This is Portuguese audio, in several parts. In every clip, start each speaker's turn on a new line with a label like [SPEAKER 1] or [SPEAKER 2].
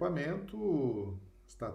[SPEAKER 1] equipamento está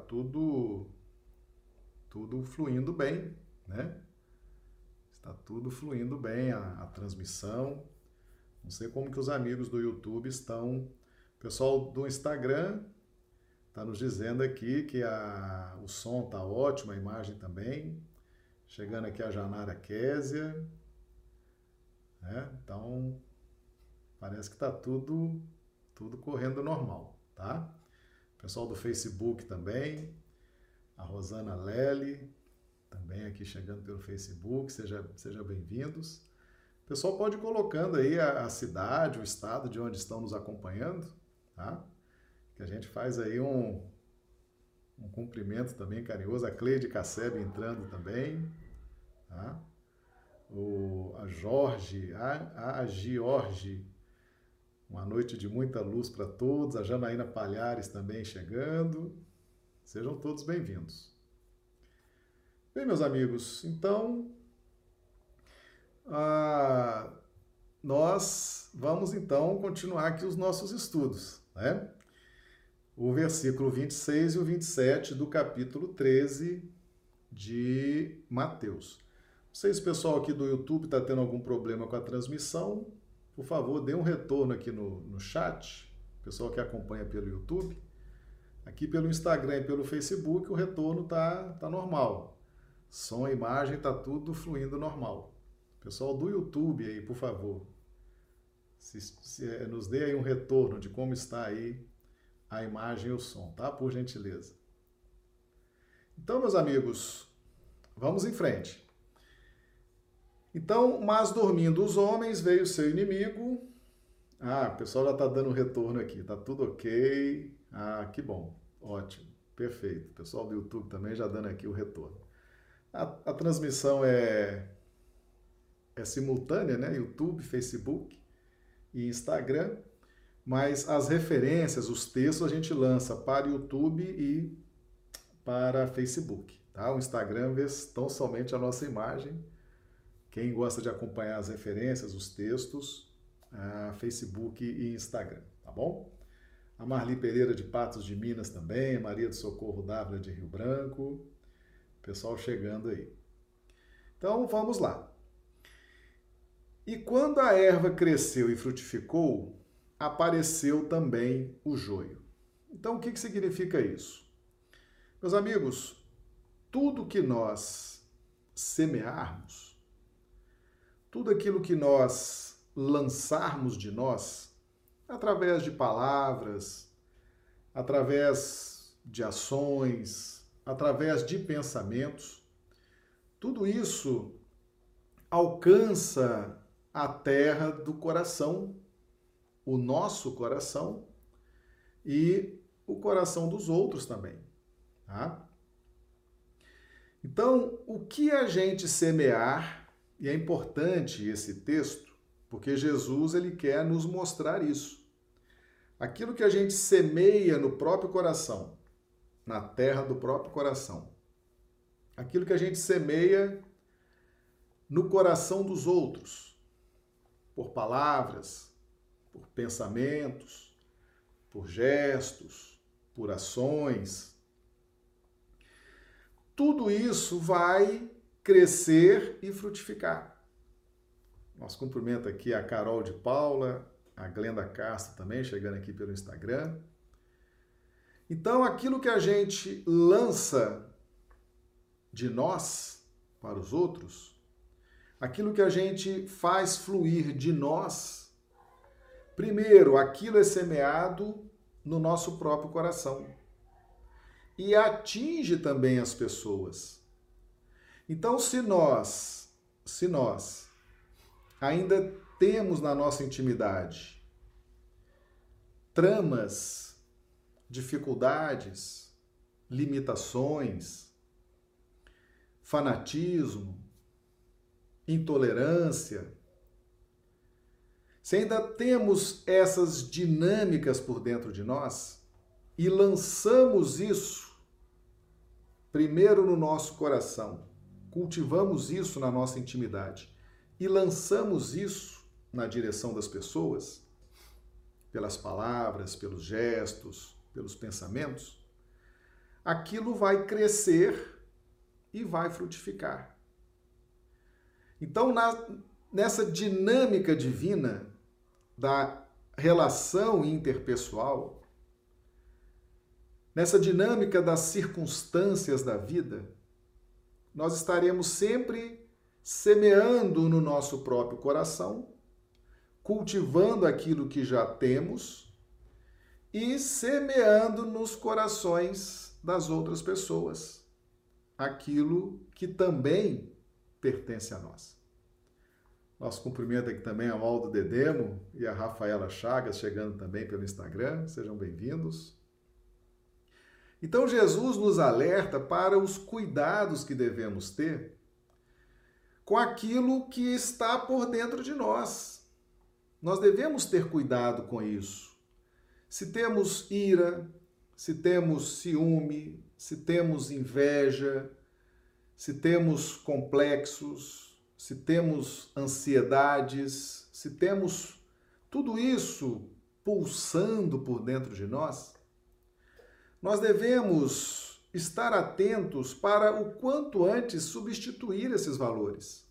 [SPEAKER 1] tudo fluindo bem, né? Está tudo fluindo bem, a transmissão. Não sei como que os amigos do YouTube estão. O pessoal do Instagram está nos dizendo aqui que o som está ótimo, a imagem também. Chegando aqui a Janara Késia, né? Então, parece que está tudo correndo normal, tá? Pessoal do Facebook também, a Rosana Lely, também aqui chegando pelo Facebook, sejam bem-vindos. O pessoal pode ir colocando aí a cidade, o estado de onde estão nos acompanhando, tá? Que a gente faz aí um cumprimento também carinhoso, a Cleide Casseb entrando também, tá? A George, uma noite de muita luz para todos, a Janaína Palhares também chegando, sejam todos bem-vindos. Bem, meus amigos, então, nós vamos então continuar aqui os nossos estudos, né? O versículo 26 e o 27 do capítulo 13 de Mateus. Não sei se o pessoal aqui do YouTube está tendo algum problema com a transmissão. Por favor, dê um retorno aqui no chat. O pessoal que acompanha pelo YouTube. Aqui pelo Instagram e pelo Facebook o retorno tá normal. Som e imagem tá tudo fluindo normal. Pessoal do YouTube aí, por favor, nos dê aí um retorno de como está aí a imagem e o som, tá? Por gentileza. Então, meus amigos, vamos em frente. Então, mas dormindo os homens, veio seu inimigo. O pessoal já está dando um retorno aqui. Tá tudo ok. Que bom. Ótimo. Perfeito. O pessoal do YouTube também já dando aqui o retorno. A transmissão é simultânea, né? YouTube, Facebook e Instagram. Mas as referências, os textos, a gente lança para YouTube e para Facebook. Tá? O Instagram vê tão somente a nossa imagem. Quem gosta de acompanhar as referências, os textos, Facebook e Instagram, tá bom? A Marli Pereira de Patos de Minas também, a Maria do Socorro Dávila de Rio Branco, pessoal chegando aí. Então, vamos lá. E quando a erva cresceu e frutificou, apareceu também o joio. Então, o que significa isso? Meus amigos, tudo que nós semearmos, tudo aquilo que nós lançarmos de nós, através de palavras, através de ações, através de pensamentos, tudo isso alcança a terra do coração, o nosso coração e o coração dos outros também, tá? Então, o que a gente semear, e é importante esse texto, porque Jesus ele quer nos mostrar isso. Aquilo que a gente semeia no próprio coração, na terra do próprio coração, aquilo que a gente semeia no coração dos outros, por palavras, por pensamentos, por gestos, por ações, tudo isso vai crescer e frutificar. Nosso cumprimento aqui a Carol de Paula, a Glenda Castro também, chegando aqui pelo Instagram. Então, aquilo que a gente lança de nós para os outros, aquilo que a gente faz fluir de nós, primeiro, aquilo é semeado no nosso próprio coração e atinge também as pessoas. Então, se nós ainda temos na nossa intimidade tramas, dificuldades, limitações, fanatismo, intolerância, se ainda temos essas dinâmicas por dentro de nós e lançamos isso primeiro no nosso coração, cultivamos isso na nossa intimidade e lançamos isso na direção das pessoas, pelas palavras, pelos gestos, pelos pensamentos, aquilo vai crescer e vai frutificar. Então, nessa dinâmica divina da relação interpessoal, nessa dinâmica das circunstâncias da vida, nós estaremos sempre semeando no nosso próprio coração, cultivando aquilo que já temos e semeando nos corações das outras pessoas aquilo que também pertence a nós. Nosso cumprimento aqui também ao Aldo Dedemo e a Rafaela Chagas, chegando também pelo Instagram. Sejam bem-vindos. Então, Jesus nos alerta para os cuidados que devemos ter com aquilo que está por dentro de nós. Nós devemos ter cuidado com isso. Se temos ira, se temos ciúme, se temos inveja, se temos complexos, se temos ansiedades, se temos tudo isso pulsando por dentro de nós, nós devemos estar atentos para o quanto antes substituir esses valores,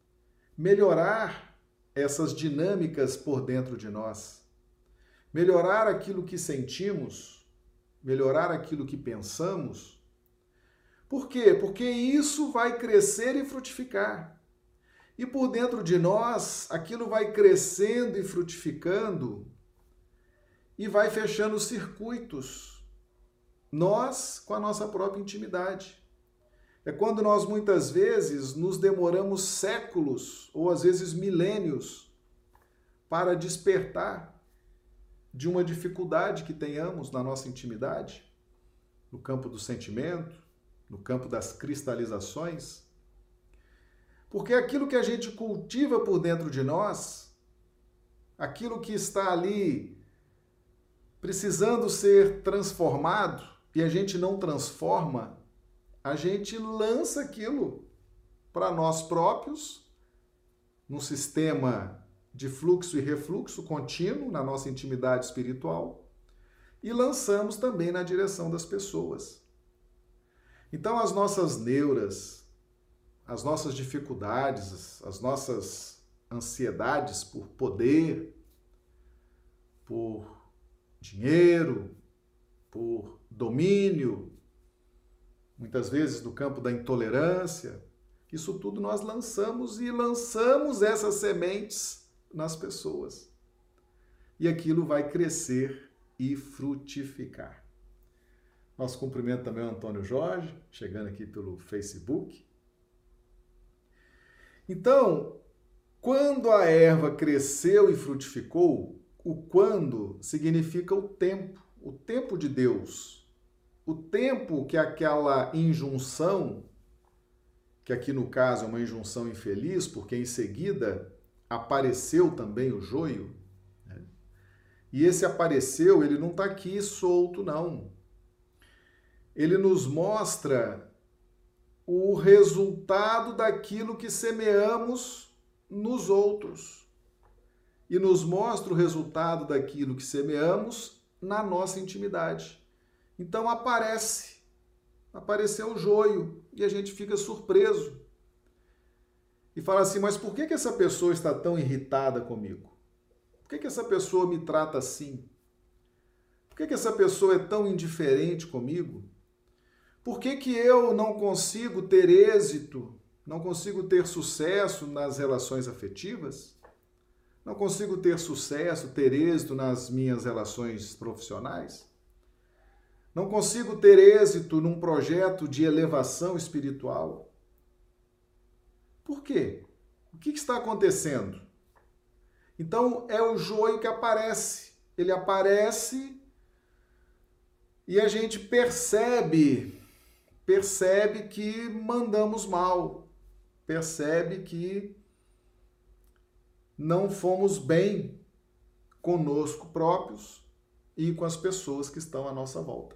[SPEAKER 1] melhorar essas dinâmicas por dentro de nós, melhorar aquilo que sentimos, melhorar aquilo que pensamos. Por quê? Porque isso vai crescer e frutificar. E por dentro de nós, aquilo vai crescendo e frutificando e vai fechando circuitos. Nós com a nossa própria intimidade. É quando nós muitas vezes nos demoramos séculos ou às vezes milênios para despertar de uma dificuldade que tenhamos na nossa intimidade, no campo do sentimento, no campo das cristalizações. Porque aquilo que a gente cultiva por dentro de nós, aquilo que está ali precisando ser transformado e a gente não transforma, a gente lança aquilo para nós próprios, num sistema de fluxo e refluxo contínuo na nossa intimidade espiritual e lançamos também na direção das pessoas. Então, as nossas neuras, as nossas dificuldades, as nossas ansiedades por poder, por dinheiro, por domínio, muitas vezes do campo da intolerância, isso tudo nós lançamos e lançamos essas sementes nas pessoas. E aquilo vai crescer e frutificar. Nosso cumprimento também ao Antônio Jorge, chegando aqui pelo Facebook. Então, quando a erva cresceu e frutificou, o quando significa o tempo de Deus. O tempo que aquela injunção, que aqui no caso é uma injunção infeliz, porque em seguida apareceu também o joio, né? E esse apareceu, ele não está aqui solto, não. Ele nos mostra o resultado daquilo que semeamos nos outros. E nos mostra o resultado daquilo que semeamos na nossa intimidade. Então apareceu o joio e a gente fica surpreso. E fala assim, mas por que essa pessoa está tão irritada comigo? Por que essa pessoa me trata assim? Por que essa pessoa é tão indiferente comigo? Por que eu não consigo ter êxito, não consigo ter sucesso nas relações afetivas? Não consigo ter sucesso, ter êxito nas minhas relações profissionais? Não consigo ter êxito num projeto de elevação espiritual? Por quê? O que está acontecendo? Então, é o joio que aparece. Ele aparece e a gente percebe que mandamos mal, percebe que não fomos bem conosco próprios e com as pessoas que estão à nossa volta.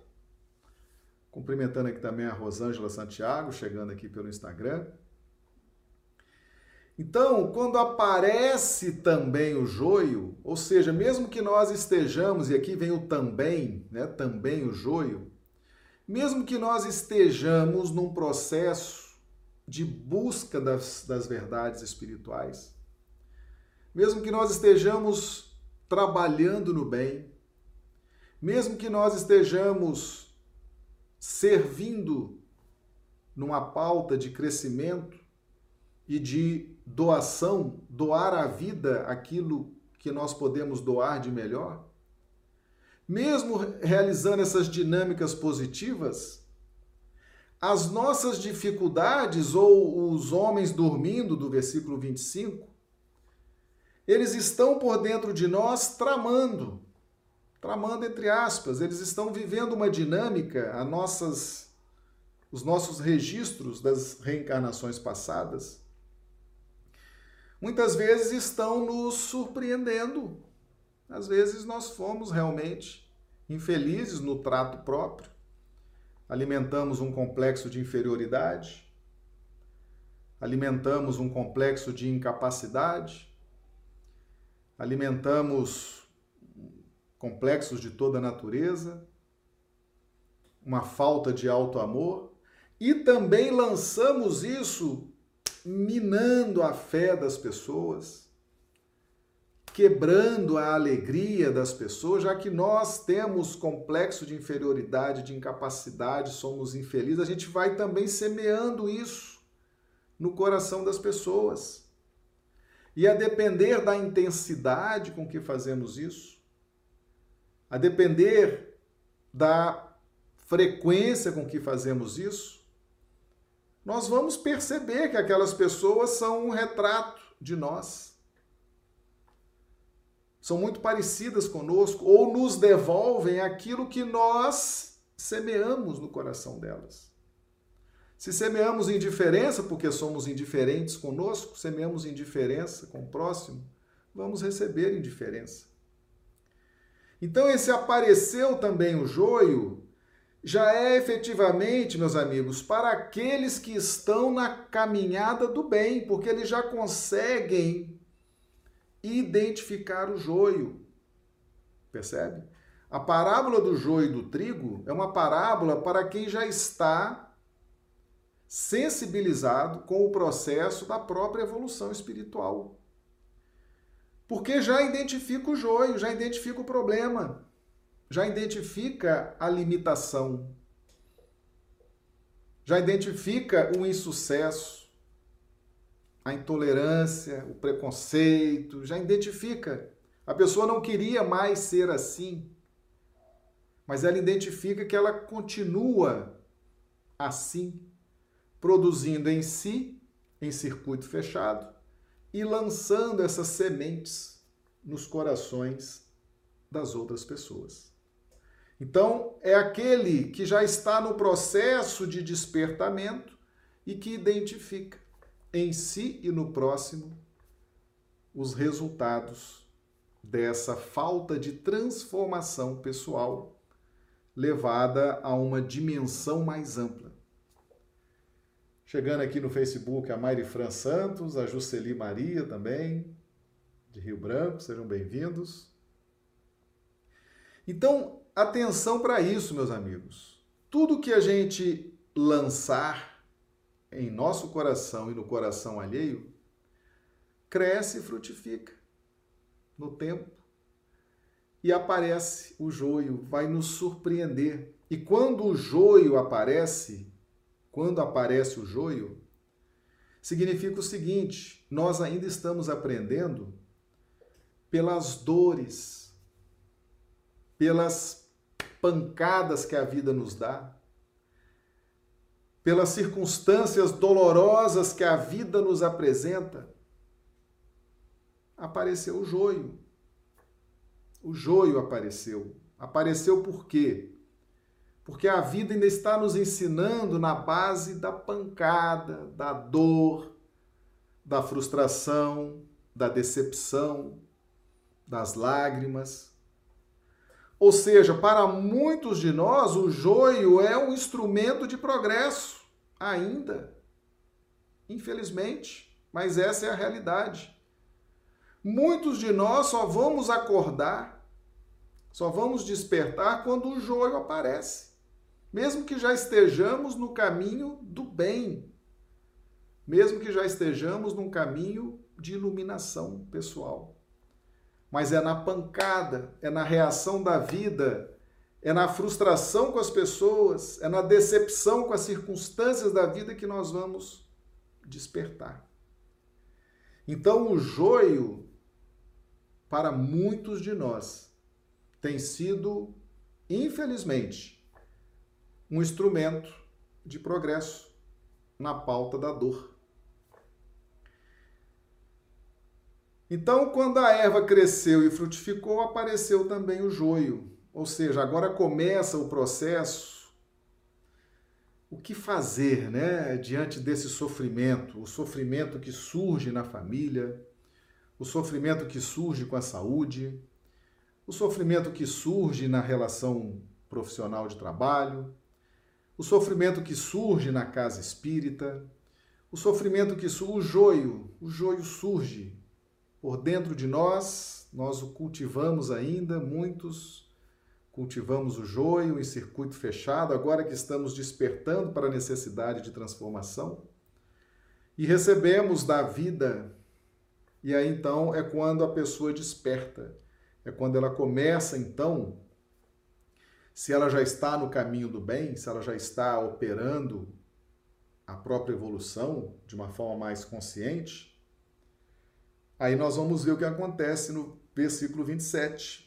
[SPEAKER 1] Cumprimentando aqui também a Rosângela Santiago, chegando aqui pelo Instagram. Então, quando aparece também o joio, ou seja, mesmo que nós estejamos, e aqui vem o também, né? Também o joio, mesmo que nós estejamos num processo de busca das verdades espirituais, mesmo que nós estejamos trabalhando no bem, mesmo que nós estejamos servindo numa pauta de crescimento e de doação, doar à vida aquilo que nós podemos doar de melhor, mesmo realizando essas dinâmicas positivas, as nossas dificuldades ou os homens dormindo do versículo 25, eles estão por dentro de nós tramando entre aspas, eles estão vivendo uma dinâmica, os nossos registros das reencarnações passadas, muitas vezes estão nos surpreendendo. Às vezes nós fomos realmente infelizes no trato próprio, alimentamos um complexo de inferioridade, alimentamos um complexo de incapacidade, alimentamos complexos de toda a natureza, uma falta de auto-amor, e também lançamos isso minando a fé das pessoas, quebrando a alegria das pessoas, já que nós temos complexo de inferioridade, de incapacidade, somos infelizes, a gente vai também semeando isso no coração das pessoas. E a depender da intensidade com que fazemos isso, a depender da frequência com que fazemos isso, nós vamos perceber que aquelas pessoas são um retrato de nós. São muito parecidas conosco ou nos devolvem aquilo que nós semeamos no coração delas. Se semeamos indiferença, porque somos indiferentes conosco, semeamos indiferença com o próximo, vamos receber indiferença. Então, esse apareceu também o joio, já é efetivamente, meus amigos, para aqueles que estão na caminhada do bem, porque eles já conseguem identificar o joio. Percebe? A parábola do joio e do trigo é uma parábola para quem já está sensibilizado com o processo da própria evolução espiritual. Porque já identifica o joio, já identifica o problema, já identifica a limitação, já identifica o insucesso, a intolerância, o preconceito, já identifica. A pessoa não queria mais ser assim, mas ela identifica que ela continua assim, produzindo em si, em circuito fechado, e lançando essas sementes nos corações das outras pessoas. Então, é aquele que já está no processo de despertamento e que identifica em si e no próximo os resultados dessa falta de transformação pessoal levada a uma dimensão mais ampla. Chegando aqui no Facebook, a Mairi Fran Santos, a Juceli Maria também, de Rio Branco, sejam bem-vindos. Então, atenção para isso, meus amigos. Tudo que a gente lançar em nosso coração e no coração alheio, cresce e frutifica no tempo. E aparece o joio, vai nos surpreender. E quando o joio aparece, quando aparece o joio, significa o seguinte: nós ainda estamos aprendendo pelas dores, pelas pancadas que a vida nos dá, pelas circunstâncias dolorosas que a vida nos apresenta. Apareceu o joio. O joio apareceu. Apareceu por quê? Porque a vida ainda está nos ensinando na base da pancada, da dor, da frustração, da decepção, das lágrimas. Ou seja, para muitos de nós, o joio é um instrumento de progresso, ainda. Infelizmente, mas essa é a realidade. Muitos de nós só vamos acordar, só vamos despertar quando o joio aparece. Mesmo que já estejamos no caminho do bem, mesmo que já estejamos num caminho de iluminação pessoal. Mas é na pancada, é na reação da vida, é na frustração com as pessoas, é na decepção com as circunstâncias da vida que nós vamos despertar. Então, o joio, para muitos de nós, tem sido, infelizmente, um instrumento de progresso na pauta da dor. Então, quando a erva cresceu e frutificou, apareceu também o joio. Ou seja, agora começa o processo. O que fazer, né, diante desse sofrimento? O sofrimento que surge na família, o sofrimento que surge com a saúde, o sofrimento que surge na relação profissional de trabalho, o sofrimento que surge na casa espírita, o sofrimento que surge, o joio surge por dentro de nós, nós o cultivamos ainda, muitos cultivamos o joio em circuito fechado, agora que estamos despertando para a necessidade de transformação, e recebemos da vida, e aí então é quando a pessoa desperta, é quando ela começa então, se ela já está no caminho do bem, se ela já está operando a própria evolução de uma forma mais consciente, aí nós vamos ver o que acontece no versículo 27.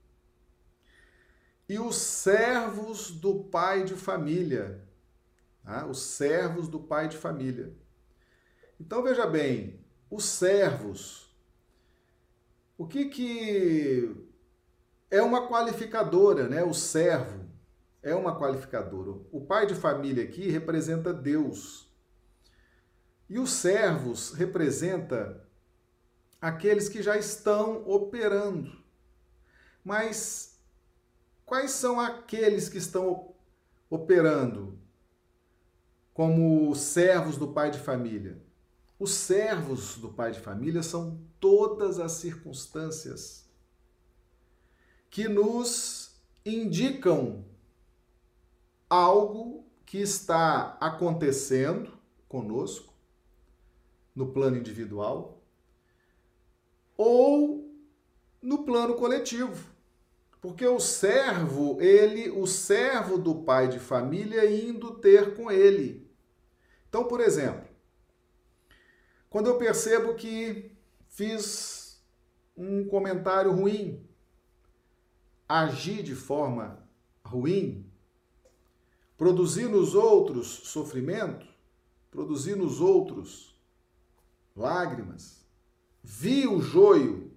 [SPEAKER 1] E os servos do pai de família, tá? Os servos do pai de família. Então veja bem, os servos, o que é uma qualificadora, né? O servo é uma qualificadora. O pai de família aqui representa Deus. E os servos representa aqueles que já estão operando. Mas quais são aqueles que estão operando como servos do pai de família? Os servos do pai de família são todas as circunstâncias que nos indicam algo que está acontecendo conosco no plano individual ou no plano coletivo. Porque o servo do pai de família indo ter com ele. Então, por exemplo, quando eu percebo que fiz um comentário ruim, agi de forma ruim, produzi nos outros sofrimento, produzi nos outros lágrimas, vi o joio,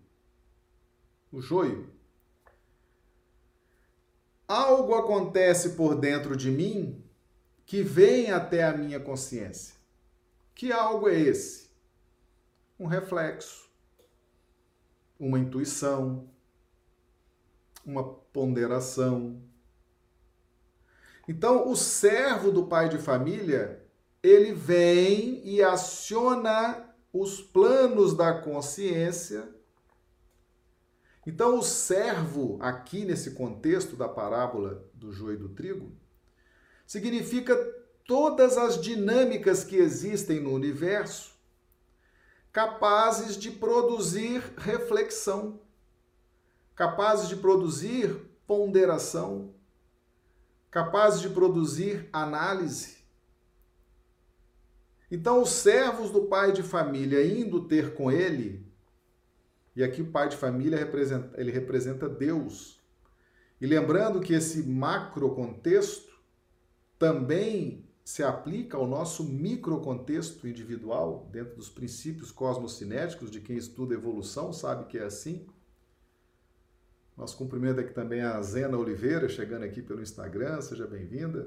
[SPEAKER 1] algo acontece por dentro de mim que vem até a minha consciência. Que algo é esse? Um reflexo, uma intuição, uma ponderação. Então, o servo do pai de família, ele vem e aciona os planos da consciência. Então, o servo, aqui nesse contexto da parábola do joio e do trigo, significa todas as dinâmicas que existem no universo capazes de produzir reflexão, capazes de produzir ponderação, capazes de produzir análise. Então, os servos do pai de família indo ter com ele, e aqui o pai de família representa Deus. E lembrando que esse macro contexto também se aplica ao nosso microcontexto individual, dentro dos princípios cosmocinéticos, de quem estuda evolução sabe que é assim. Nosso cumprimento aqui também a Zena Oliveira, chegando aqui pelo Instagram, seja bem-vinda.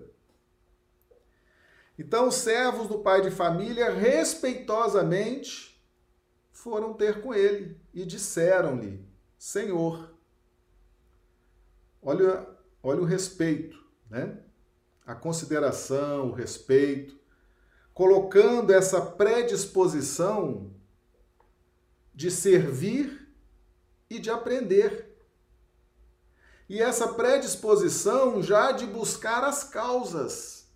[SPEAKER 1] Então, os servos do pai de família, respeitosamente, foram ter com ele e disseram-lhe: Senhor. Olha o respeito, né? A consideração, o respeito. colocando essa predisposição de servir e de aprender. E essa predisposição já de buscar as causas.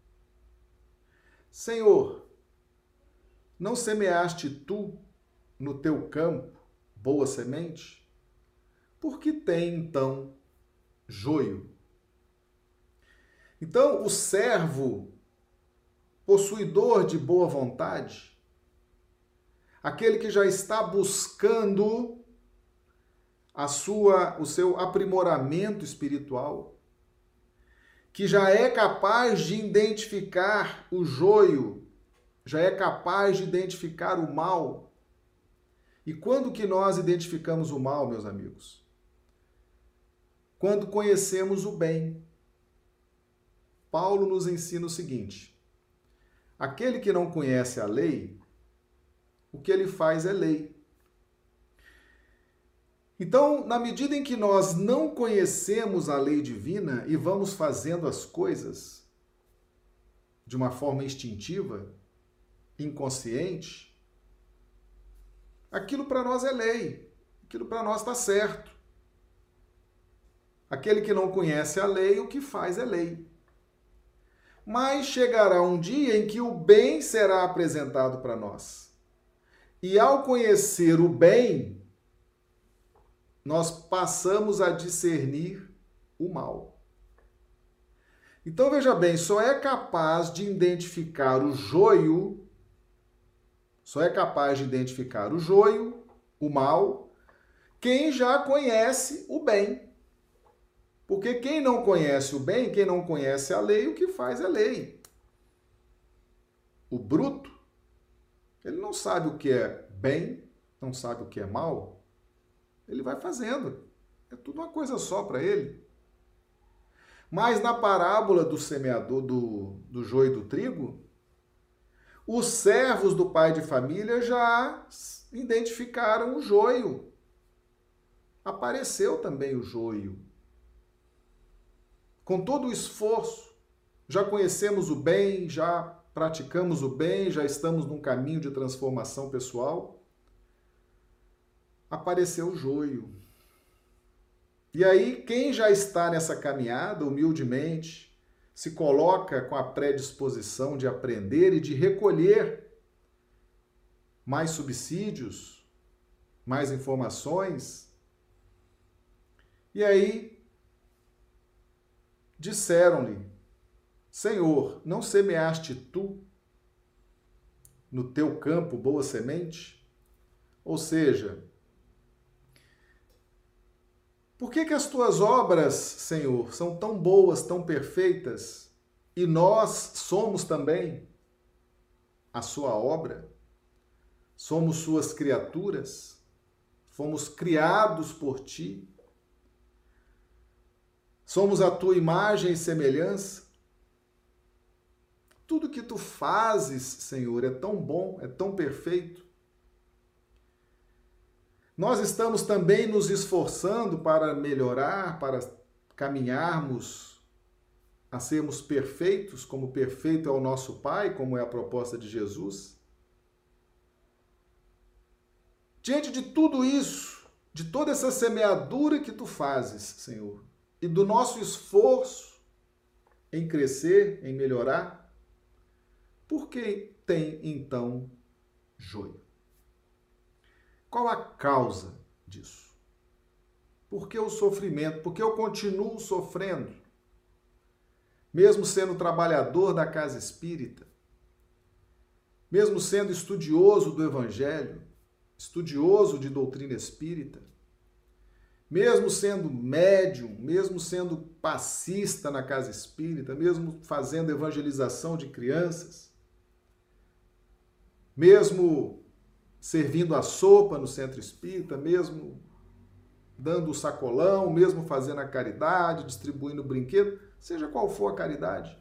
[SPEAKER 1] Senhor, não semeaste tu no teu campo boa semente? Por que tem, então, joio? Então, o servo, possuidor de boa vontade, aquele que já está buscando o seu aprimoramento espiritual, que já é capaz de identificar o joio, já é capaz de identificar o mal. E quando que nós identificamos o mal, meus amigos? Quando conhecemos o bem. Paulo nos ensina o seguinte: aquele que não conhece a lei, o que ele faz é lei. Então, na medida em que nós não conhecemos a lei divina e vamos fazendo as coisas de uma forma instintiva, inconsciente, aquilo para nós é lei, aquilo para nós está certo. Aquele que não conhece a lei, o que faz é lei. Mas chegará um dia em que o bem será apresentado para nós. E ao conhecer o bem, nós passamos a discernir o mal. Então veja bem, só é capaz de identificar o joio, o mal, quem já conhece o bem. Porque quem não conhece o bem, quem não conhece a lei, o que faz é lei. O bruto, ele não sabe o que é bem, não sabe o que é mal, ele vai fazendo. É tudo uma coisa só para ele. Mas na parábola do semeador, do joio e do trigo, os servos do pai de família já identificaram o joio. Apareceu também o joio. Com todo o esforço, já conhecemos o bem, já praticamos o bem, já estamos num caminho de transformação pessoal. Apareceu o joio. E aí, quem já está nessa caminhada, humildemente, se coloca com a predisposição de aprender e de recolher mais subsídios, mais informações. E aí, disseram-lhe: Senhor, não semeaste tu no teu campo boa semente? Ou seja, por que as tuas obras, Senhor, são tão boas, tão perfeitas, e nós somos também a sua obra? Somos suas criaturas? Fomos criados por ti? Somos a tua imagem e semelhança? Tudo que tu fazes, Senhor, é tão bom, é tão perfeito. Nós estamos também nos esforçando para melhorar, para caminharmos a sermos perfeitos, como perfeito é o nosso Pai, como é a proposta de Jesus. Diante de tudo isso, de toda essa semeadura que tu fazes, Senhor, e do nosso esforço em crescer, em melhorar, por que tem então joio? Qual a causa disso? Por que o sofrimento? Por que eu continuo sofrendo? Mesmo sendo trabalhador da casa espírita, mesmo sendo estudioso do Evangelho, estudioso de doutrina espírita, mesmo sendo médium, mesmo sendo passista na casa espírita, mesmo fazendo evangelização de crianças, mesmo servindo a sopa no centro espírita, mesmo dando o sacolão, mesmo fazendo a caridade, distribuindo brinquedo, seja qual for a caridade.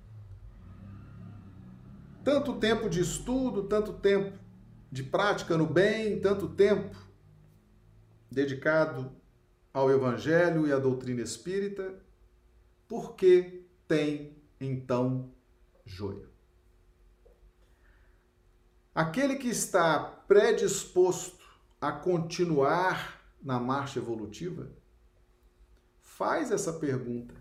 [SPEAKER 1] Tanto tempo de estudo, tanto tempo de prática no bem, tanto tempo dedicado ao Evangelho e à doutrina espírita, por que tem, então, joio? Aquele que está predisposto a continuar na marcha evolutiva, faz essa pergunta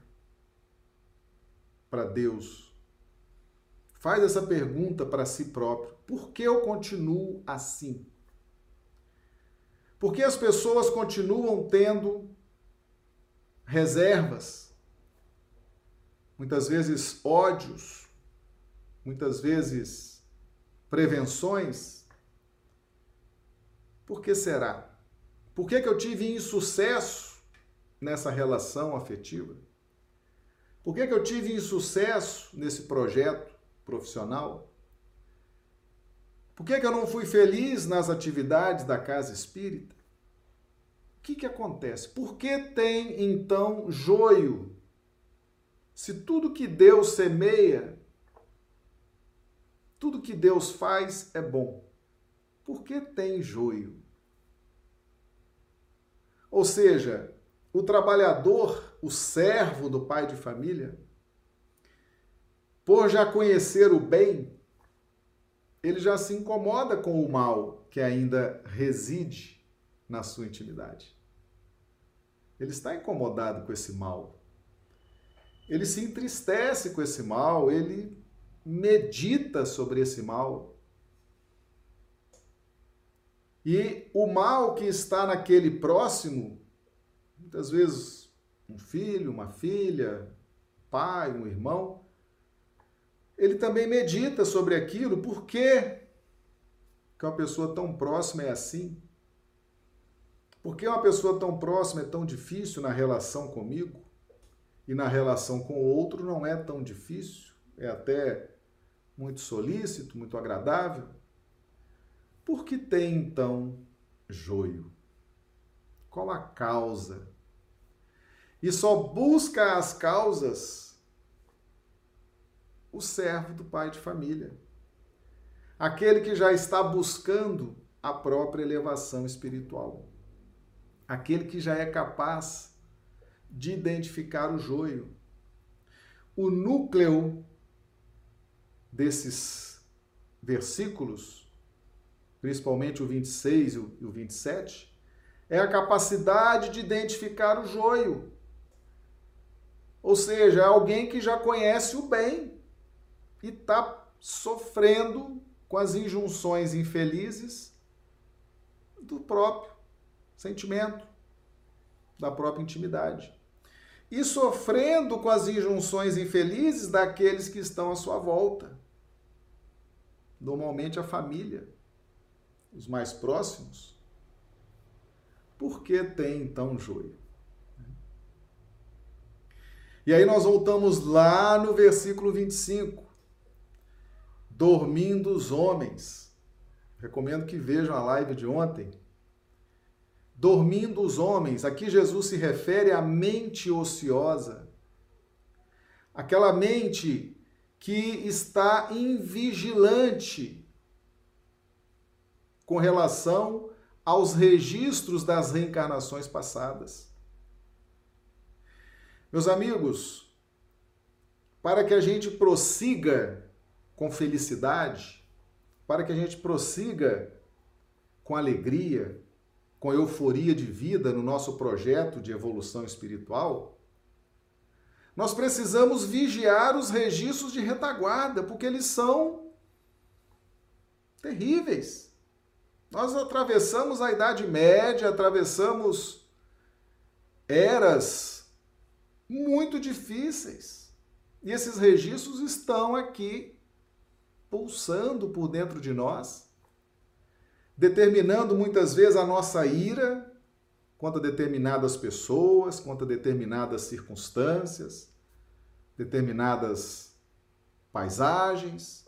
[SPEAKER 1] para Deus. Faz essa pergunta para si próprio. Por que eu continuo assim? Por que as pessoas continuam tendo reservas? Muitas vezes ódios, muitas vezes prevenções. Por que será? Por que eu tive insucesso nessa relação afetiva? Por que eu tive insucesso nesse projeto profissional? Por que eu não fui feliz nas atividades da casa espírita? O que acontece? Por que tem, então, joio? Se tudo que Deus semeia, tudo que Deus faz é bom, por que tem joio? Ou seja, o trabalhador, o servo do pai de família, por já conhecer o bem, ele já se incomoda com o mal que ainda reside na sua intimidade. Ele está incomodado com esse mal. Ele se entristece com esse mal, ele medita sobre esse mal. E o mal que está naquele próximo, muitas vezes um filho, uma filha, pai, um irmão, ele também medita sobre aquilo. Por que uma pessoa tão próxima é assim? Por que uma pessoa tão próxima é tão difícil na relação comigo? E na relação com o outro não é tão difícil, é até muito solícito, muito agradável. Por que tem, então, joio? Qual a causa? E só busca as causas o servo do pai de família. Aquele que já está buscando a própria elevação espiritual. Aquele que já é capaz de identificar o joio. O núcleo desses versículos, principalmente o 26 e o 27, é a capacidade de identificar o joio. Ou seja, é alguém que já conhece o bem e está sofrendo com as injunções infelizes do próprio sentimento, da própria intimidade. E sofrendo com as injunções infelizes daqueles que estão à sua volta. Normalmente a família, os mais próximos. Por que tem então joio? E aí nós voltamos lá no versículo 25. Dormindo os homens. Recomendo que vejam a live de ontem. Dormindo os homens. Aqui Jesus se refere à mente ociosa. Aquela mente que está invigilante com relação aos registros das reencarnações passadas. Meus amigos, para que a gente prossiga com felicidade, para que a gente prossiga com alegria, com euforia de vida no nosso projeto de evolução espiritual, nós precisamos vigiar os registros de retaguarda, porque eles são terríveis. Nós atravessamos a Idade Média, atravessamos eras muito difíceis. E esses registros estão aqui pulsando por dentro de nós, determinando muitas vezes a nossa ira contra determinadas pessoas, contra determinadas circunstâncias, determinadas paisagens.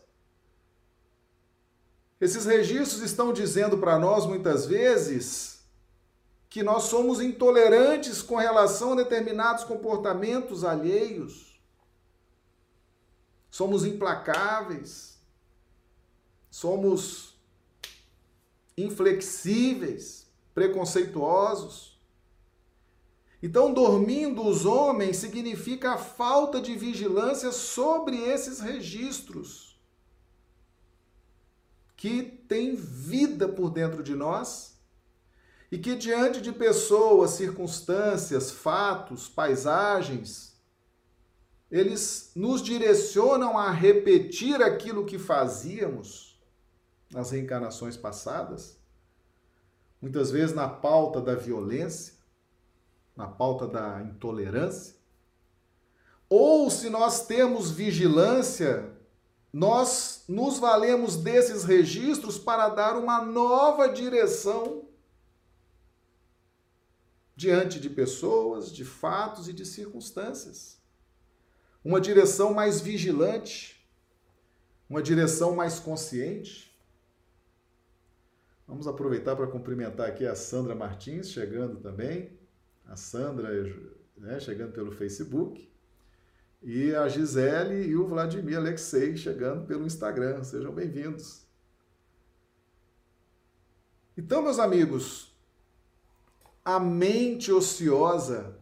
[SPEAKER 1] Esses registros estão dizendo para nós, muitas vezes, que nós somos intolerantes com relação a determinados comportamentos alheios. Somos implacáveis. Somos inflexíveis, preconceituosos. Então, dormindo os homens significa a falta de vigilância sobre esses registros que tem vida por dentro de nós e que diante de pessoas, circunstâncias, fatos, paisagens, eles nos direcionam a repetir aquilo que fazíamos nas reencarnações passadas, muitas vezes na pauta da violência, na pauta da intolerância. Ou se nós temos vigilância, nós nos valemos desses registros para dar uma nova direção diante de pessoas, de fatos e de circunstâncias. Uma direção mais vigilante, uma direção mais consciente. Vamos aproveitar para cumprimentar aqui a Sandra Martins, chegando também. A Sandra, né, chegando pelo Facebook. E a Gisele e o Vladimir Alexei chegando pelo Instagram. Sejam bem-vindos. Então, meus amigos, a mente ociosa,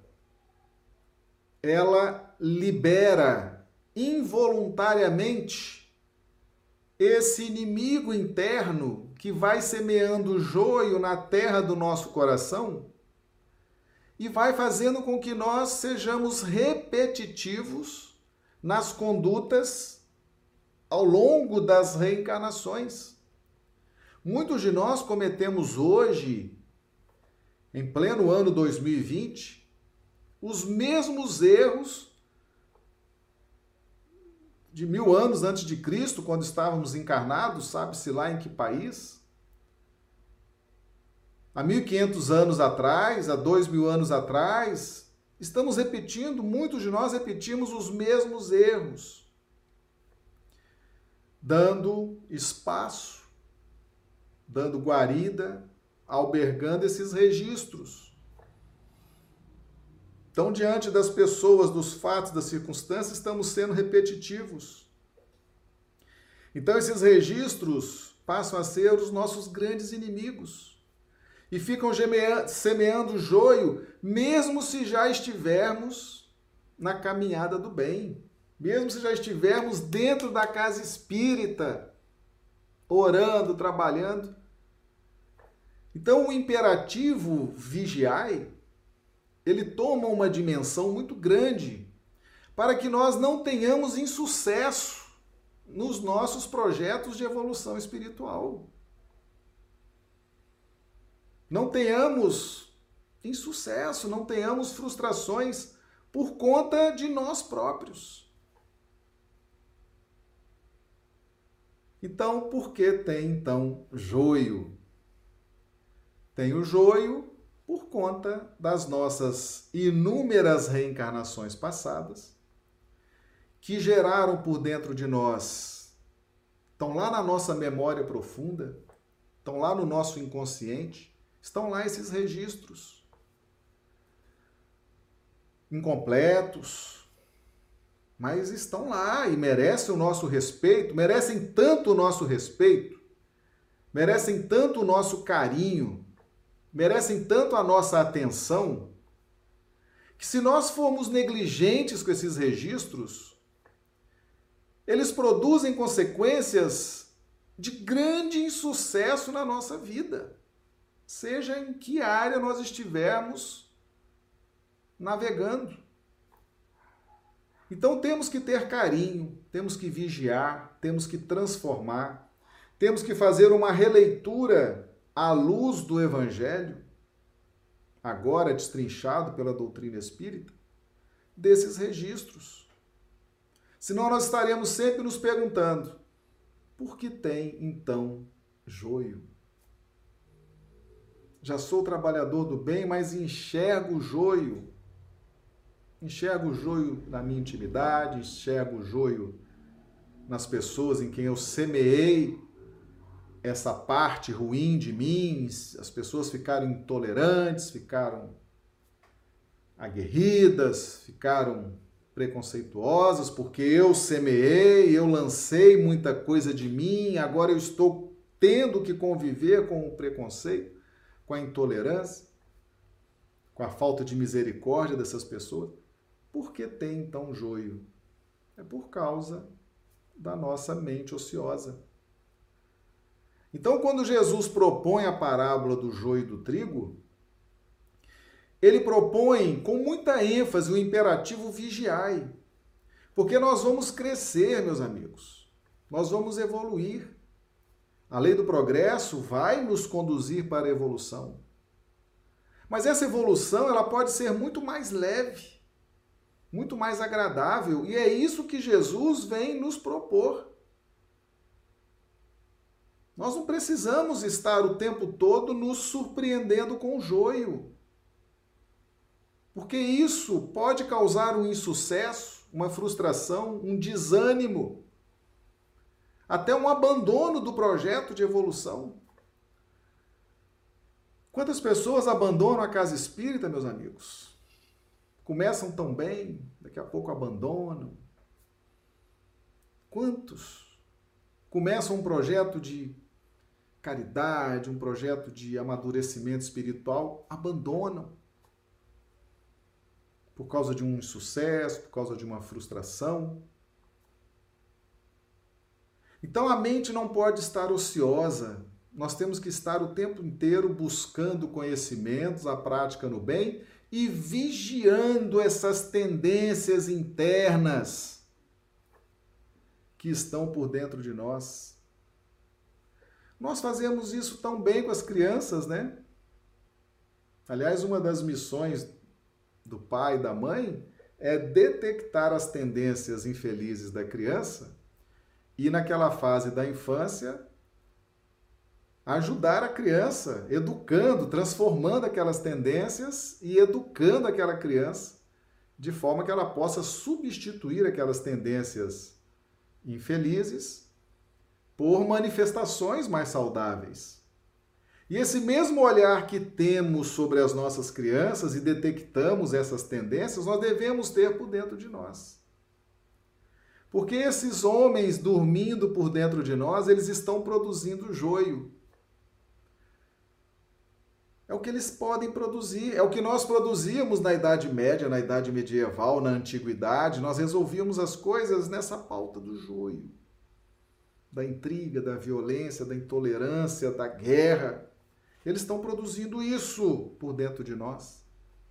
[SPEAKER 1] ela libera involuntariamente esse inimigo interno que vai semeando joio na terra do nosso coração e vai fazendo com que nós sejamos repetitivos nas condutas ao longo das reencarnações. Muitos de nós cometemos hoje, em pleno ano 2020, os mesmos erros de 1000 anos antes de Cristo, quando estávamos encarnados, sabe-se lá em que país. Há 1500 anos atrás, há 2000 anos atrás, estamos repetindo, muitos de nós repetimos os mesmos erros, dando espaço, dando guarida, albergando esses registros. Então, diante das pessoas, dos fatos, das circunstâncias, estamos sendo repetitivos. Então, esses registros passam a ser os nossos grandes inimigos. E ficam semeando joio, mesmo se já estivermos na caminhada do bem, mesmo se já estivermos dentro da casa espírita, orando, trabalhando. Então, o imperativo vigiai, ele toma uma dimensão muito grande para que nós não tenhamos insucesso nos nossos projetos de evolução espiritual. Não tenhamos insucesso, não tenhamos frustrações por conta de nós próprios. Então, por que tem então joio? Tem o joio por conta das nossas inúmeras reencarnações passadas, que geraram por dentro de nós, estão lá na nossa memória profunda, estão lá no nosso inconsciente, estão lá esses registros incompletos, mas estão lá e merecem o nosso respeito, merecem tanto o nosso respeito, merecem tanto o nosso carinho, merecem tanto a nossa atenção, que se nós formos negligentes com esses registros, eles produzem consequências de grande insucesso na nossa vida, seja em que área nós estivermos navegando. Então temos que ter carinho, temos que vigiar, temos que transformar, temos que fazer uma releitura à luz do Evangelho, agora destrinchado pela doutrina espírita, desses registros. Senão nós estaremos sempre nos perguntando, por que tem então joio? Já sou trabalhador do bem, mas enxergo o joio. Enxergo o joio na minha intimidade, enxergo o joio nas pessoas em quem eu semeei essa parte ruim de mim, as pessoas ficaram intolerantes, ficaram aguerridas, ficaram preconceituosas, porque eu semeei, eu lancei muita coisa de mim, agora eu estou tendo que conviver com o preconceito, com a intolerância, com a falta de misericórdia dessas pessoas. Por que tem então joio? É por causa da nossa mente ociosa. Então, quando Jesus propõe a parábola do joio e do trigo, ele propõe com muita ênfase o imperativo vigiai. Porque nós vamos crescer, meus amigos. Nós vamos evoluir. A lei do progresso vai nos conduzir para a evolução. Mas essa evolução, ela pode ser muito mais leve, muito mais agradável, e é isso que Jesus vem nos propor. Nós não precisamos estar o tempo todo nos surpreendendo com o joio. Porque isso pode causar um insucesso, uma frustração, um desânimo, até um abandono do projeto de evolução. Quantas pessoas abandonam a casa espírita, meus amigos? Começam tão bem, daqui a pouco abandonam. Quantos começam um projeto de caridade, um projeto de amadurecimento espiritual, abandonam por causa de um insucesso, por causa de uma frustração? Então a mente não pode estar ociosa. Nós temos que estar o tempo inteiro buscando conhecimentos, a prática no bem e vigiando essas tendências internas que estão por dentro de nós. Nós fazemos isso tão bem com as crianças, né? Aliás, uma das missões do pai e da mãe é detectar as tendências infelizes da criança e, naquela fase da infância, ajudar a criança, educando, transformando aquelas tendências e educando aquela criança de forma que ela possa substituir aquelas tendências infelizes por manifestações mais saudáveis. E esse mesmo olhar que temos sobre as nossas crianças e detectamos essas tendências, nós devemos ter por dentro de nós. Porque esses homens dormindo por dentro de nós, eles estão produzindo joio. É o que eles podem produzir, é o que nós produzíamos na Idade Média, na Idade Medieval, na Antiguidade. Nós resolvíamos as coisas nessa pauta do joio, da intriga, da violência, da intolerância, da guerra. Eles estão produzindo isso por dentro de nós.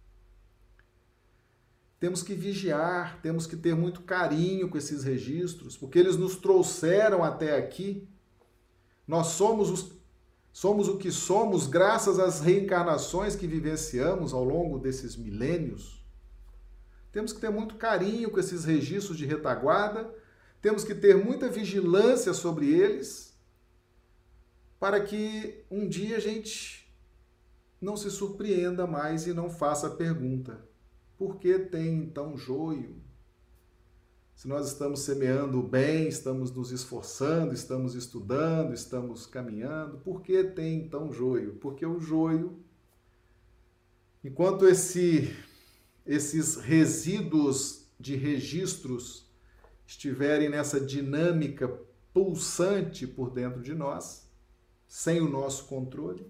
[SPEAKER 1] Temos que vigiar, temos que ter muito carinho com esses registros, porque eles nos trouxeram até aqui. Nós somos o que somos graças às reencarnações que vivenciamos ao longo desses milênios. Temos que ter muito carinho com esses registros de retaguarda, temos que ter muita vigilância sobre eles, para que um dia a gente não se surpreenda mais e não faça a pergunta: por que tem então joio? Se nós estamos semeando o bem, estamos nos esforçando, estamos estudando, estamos caminhando, por que tem então joio? Porque o joio, enquanto esses resíduos de registros estiverem nessa dinâmica pulsante por dentro de nós, sem o nosso controle,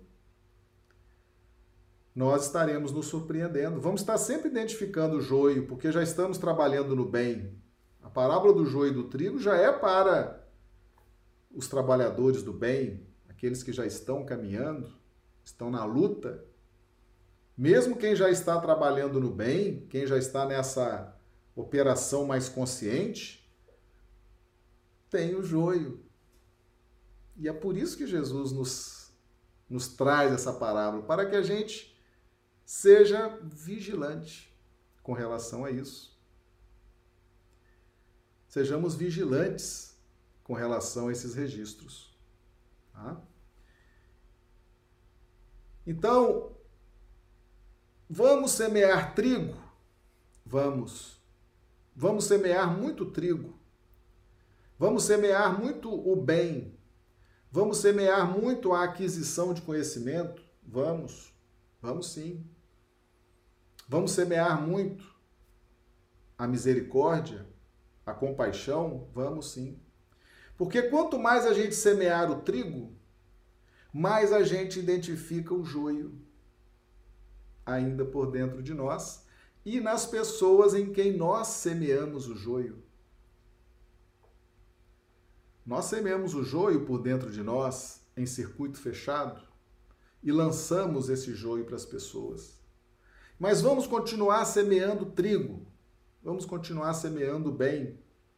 [SPEAKER 1] nós estaremos nos surpreendendo. Vamos estar sempre identificando o joio, porque já estamos trabalhando no bem. A parábola do joio e do trigo já é para os trabalhadores do bem, aqueles que já estão caminhando, estão na luta. Mesmo quem já está trabalhando no bem, quem já está nessa operação mais consciente, tem o joio. E é por isso que Jesus nos traz essa parábola, para que a gente seja vigilante com relação a isso. Sejamos vigilantes com relação a esses registros. Tá? Então, vamos semear trigo? Vamos. Vamos semear muito trigo. Vamos semear muito o bem. Vamos semear muito a aquisição de conhecimento? Vamos. Vamos sim. Vamos semear muito a misericórdia, a compaixão? Vamos sim. Porque quanto mais a gente semear o trigo, mais a gente identifica o joio ainda por dentro de nós e nas pessoas em quem nós semeamos o joio. Nós semeamos o joio por dentro de nós em circuito fechado e lançamos esse joio para as pessoas. Mas vamos continuar semeando trigo, vamos continuar semeando bem.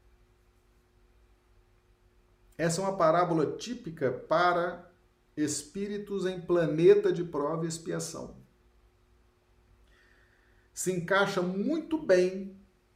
[SPEAKER 1] Essa é uma parábola típica para espíritos em planeta de prova e expiação. Se encaixa muito bem,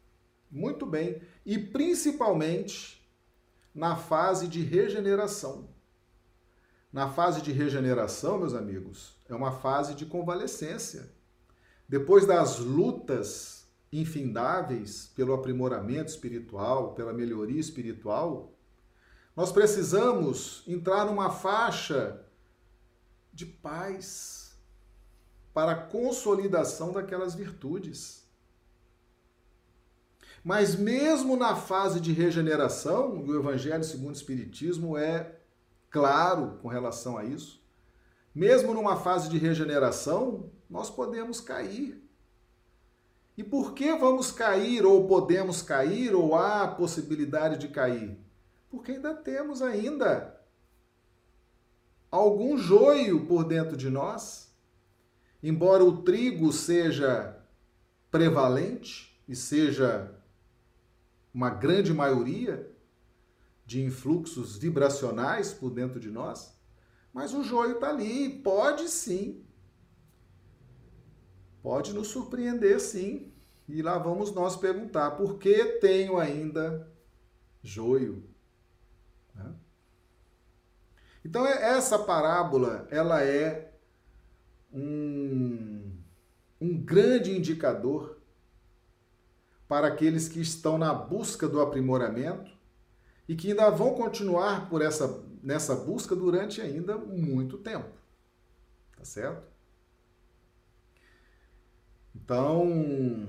[SPEAKER 1] e principalmente na fase de regeneração. Na fase de regeneração, meus amigos, é uma fase de convalescência. Depois das lutas infindáveis pelo aprimoramento espiritual, pela melhoria espiritual, nós precisamos entrar numa faixa de paz para a consolidação daquelas virtudes. Mas mesmo na fase de regeneração, o Evangelho segundo o Espiritismo é claro com relação a isso, mesmo numa fase de regeneração, nós podemos cair. E por que vamos cair, ou podemos cair, ou há possibilidade de cair? Porque ainda temos algum joio por dentro de nós. Embora o trigo seja prevalente e seja uma grande maioria de influxos vibracionais por dentro de nós, mas o joio está ali, pode sim, pode nos surpreender sim. E lá vamos nós perguntar, por que tenho ainda joio? Então essa parábola, ela é um grande indicador para aqueles que estão na busca do aprimoramento e que ainda vão continuar nessa busca durante ainda muito tempo. Tá certo? Então,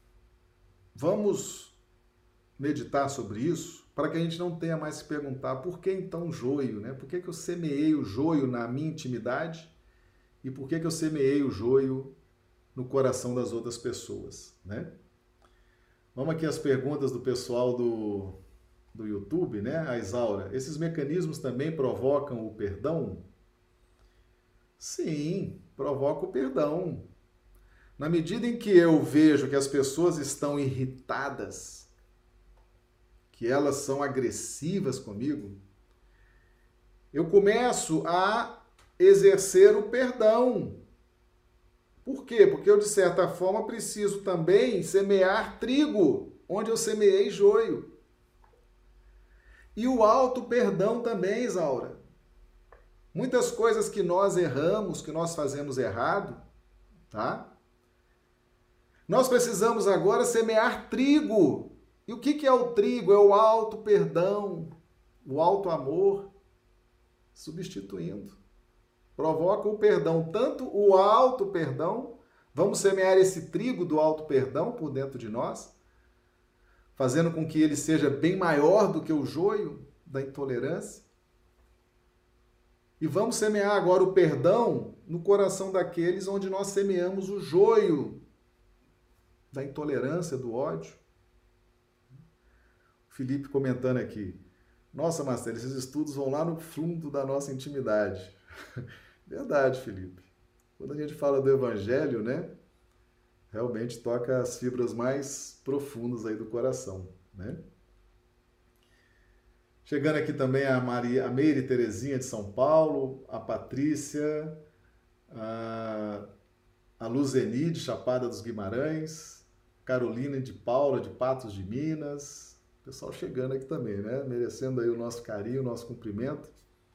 [SPEAKER 1] vamos meditar sobre isso para que a gente não tenha mais que perguntar por que então joio, né? Por que eu semeei o joio na minha intimidade e por que eu semeei o joio no coração das outras pessoas, né? Vamos aqui às perguntas do pessoal do YouTube, né? A Isaura, esses mecanismos também provocam o perdão? Sim, provoca o perdão. Na medida em que eu vejo que as pessoas estão irritadas, que elas são agressivas comigo, eu começo a exercer o perdão. Por quê? Porque eu, de certa forma, preciso também semear trigo, onde eu semeei joio. E o auto-perdão também, Isaura. Muitas coisas que nós erramos, que nós fazemos errado, tá? Nós precisamos agora semear trigo. E o que é o trigo? É o auto-perdão, o auto-amor, substituindo. Provoca o perdão, tanto o auto-perdão, vamos semear esse trigo do auto-perdão por dentro de nós, fazendo com que ele seja bem maior do que o joio da intolerância. E vamos semear agora o perdão no coração daqueles onde nós semeamos o joio da intolerância, do ódio. O Felipe comentando aqui, nossa, Marcelo, esses estudos vão lá no fundo da nossa intimidade. Verdade, Felipe. Quando a gente fala do Evangelho, né? Realmente toca as fibras mais profundas aí do coração, né? Chegando aqui também a Meire Terezinha de São Paulo, a Patrícia, a Luzeni de Chapada dos Guimarães, Carolina de Paula de Patos de Minas, pessoal chegando aqui também, né? Merecendo aí o nosso carinho, o nosso cumprimento.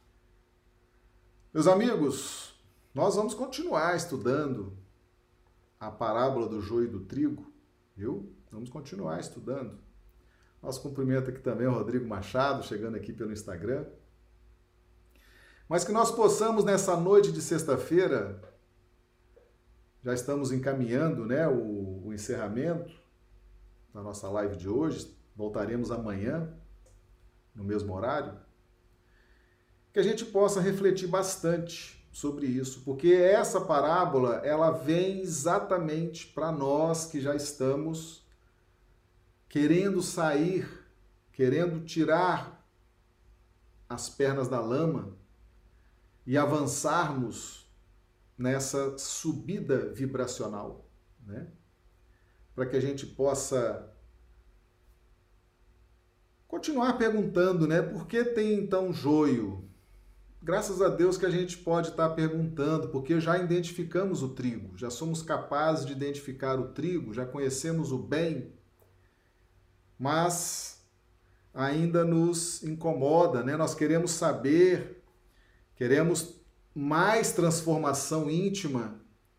[SPEAKER 1] Meus amigos, nós vamos continuar estudando a parábola do joio e do trigo, viu? Vamos continuar estudando. Nosso cumprimento aqui também ao Rodrigo Machado, chegando aqui pelo Instagram. Mas que nós possamos, nessa noite de sexta-feira, já estamos encaminhando, né, o encerramento da nossa live de hoje. Voltaremos amanhã, no mesmo horário. Que a gente possa refletir bastante sobre isso, porque essa parábola, ela vem exatamente para nós que já estamos querendo sair, querendo tirar as pernas da lama e avançarmos nessa subida vibracional, né? Para que a gente possa continuar perguntando, né? Por que tem então joio? Graças a Deus que a gente pode estar perguntando, porque já identificamos o trigo, já somos capazes de identificar o trigo, já conhecemos o bem, mas ainda nos incomoda, né? Nós queremos saber, queremos mais transformação íntima,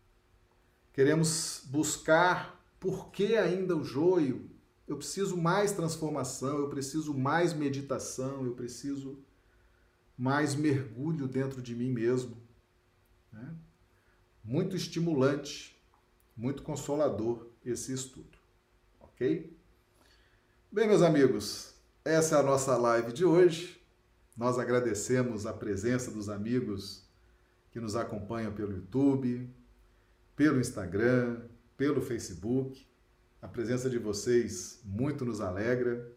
[SPEAKER 1] queremos buscar por que ainda o joio. Eu preciso mais transformação, eu preciso mais meditação, eu preciso mais mergulho dentro de mim mesmo. Né? Muito estimulante, muito consolador esse estudo. Ok? Bem, meus amigos, essa é a nossa live de hoje. Nós agradecemos a presença dos amigos que nos acompanham pelo YouTube, pelo Instagram, pelo Facebook. A presença de vocês muito nos alegra.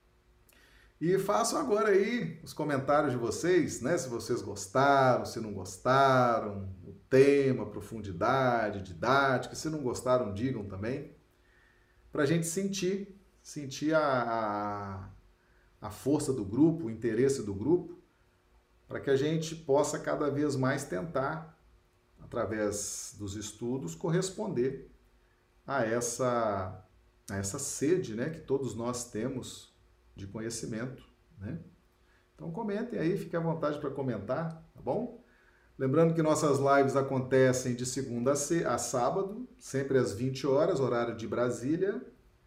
[SPEAKER 1] E façam agora aí os comentários de vocês, né? Se vocês gostaram, se não gostaram, o tema, profundidade, didática. Se não gostaram, digam também. Para a gente sentir a força do grupo, o interesse do grupo, para que a gente possa cada vez mais tentar, através dos estudos, corresponder a essa sede, né, que todos nós temos de conhecimento, né? Então comentem aí, fiquem à vontade para comentar, tá bom? Lembrando que nossas lives acontecem de segunda a sábado, sempre às 20 horas, horário de Brasília,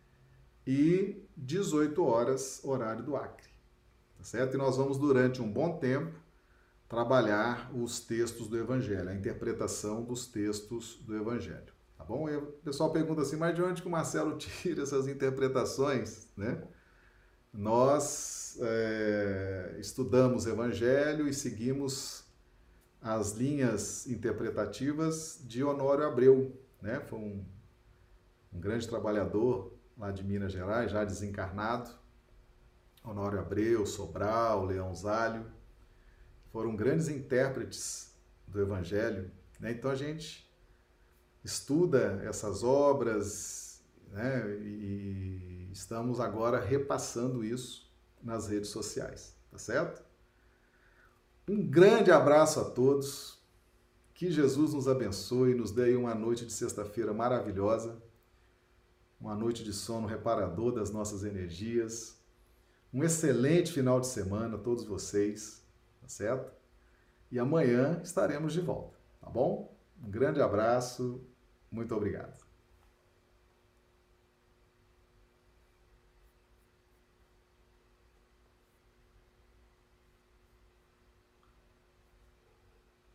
[SPEAKER 1] e 18 horas, horário do Acre, tá certo? E nós vamos, durante um bom tempo, trabalhar os textos do Evangelho, a interpretação dos textos do Evangelho, tá bom? E o pessoal pergunta assim, mas de onde que o Marcelo tira essas interpretações, né? Nós estudamos Evangelho e seguimos as linhas interpretativas de Honório Abreu, né? Foi um grande trabalhador lá de Minas Gerais, já desencarnado. Honório Abreu, Sobral, Leão Zálio, foram grandes intérpretes do Evangelho, né? Então a gente estuda essas obras, né? E estamos agora repassando isso nas redes sociais, tá certo? Um grande abraço a todos, que Jesus nos abençoe, nos dê aí uma noite de sexta-feira maravilhosa, uma noite de sono reparador das nossas energias, um excelente final de semana a todos vocês, tá certo? E amanhã estaremos de volta, tá bom? Um grande abraço, muito obrigado.